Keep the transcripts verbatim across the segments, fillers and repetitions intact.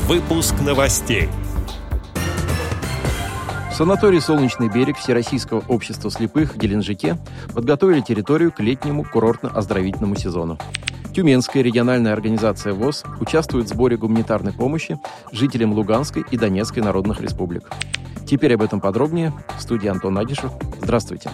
Выпуск новостей. В санатории «Солнечный берег» Всероссийского общества слепых в Геленджике подготовили территорию к летнему курортно-оздоровительному сезону. Тюменская региональная организация ВОС участвует в сборе гуманитарной помощи жителям Луганской и Донецкой народных республик. Теперь об этом подробнее. В студии Антон Агишев. Здравствуйте.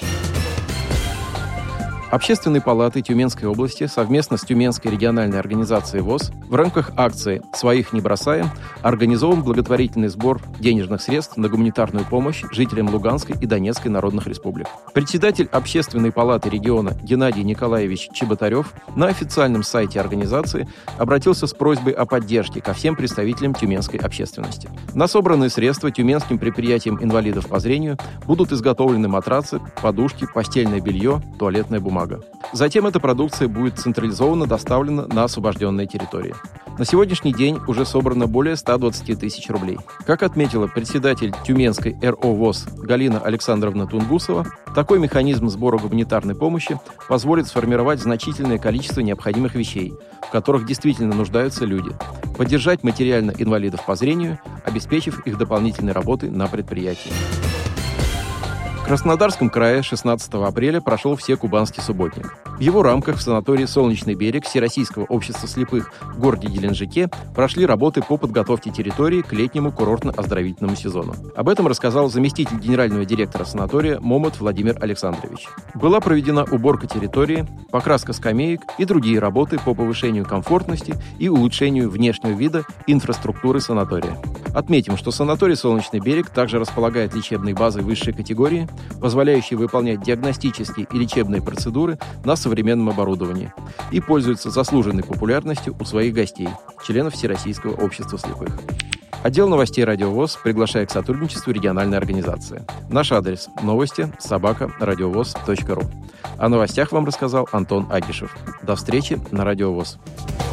Общественные палаты Тюменской области совместно с Тюменской региональной организацией ВОС в рамках акции «Своих не бросаем» организован благотворительный сбор денежных средств на гуманитарную помощь жителям Луганской и Донецкой народных республик. Председатель Общественной палаты региона Геннадий Николаевич Чеботарев на официальном сайте организации обратился с просьбой о поддержке ко всем представителям тюменской общественности. На собранные средства тюменским предприятиям инвалидов по зрению будут изготовлены матрацы, подушки, постельное белье, туалетная бумага. Затем эта продукция будет централизованно доставлена на освобожденные территории. На сегодняшний день уже собрано более ста двадцати тысяч рублей. Как отметила председатель Тюменской эр о ВОС Галина Александровна Тунгусова, такой механизм сбора гуманитарной помощи позволит сформировать значительное количество необходимых вещей, в которых действительно нуждаются люди, поддержать материально инвалидов по зрению, обеспечив их дополнительной работой на предприятии. В Краснодарском крае шестнадцатого апреля прошел Всекубанский субботник. В его рамках в санатории «Солнечный берег» Всероссийского общества слепых в городе Геленджике прошли работы по подготовке территории к летнему курортно-оздоровительному сезону. Об этом рассказал заместитель генерального директора санатория Момот Владимир Александрович. Была проведена уборка территории, покраска скамеек и другие работы по повышению комфортности и улучшению внешнего вида инфраструктуры санатория. Отметим, что санаторий «Солнечный берег» также располагает лечебной базой высшей категории, позволяющей выполнять диагностические и лечебные процедуры на современном оборудовании, и пользуется заслуженной популярностью у своих гостей, членов Всероссийского общества слепых. Отдел новостей Радио ВОС приглашает к сотрудничеству региональной организации. Наш адрес – новости собака радиовоз точка ру. О новостях вам рассказал Антон Агишев. До встречи на Радио ВОС.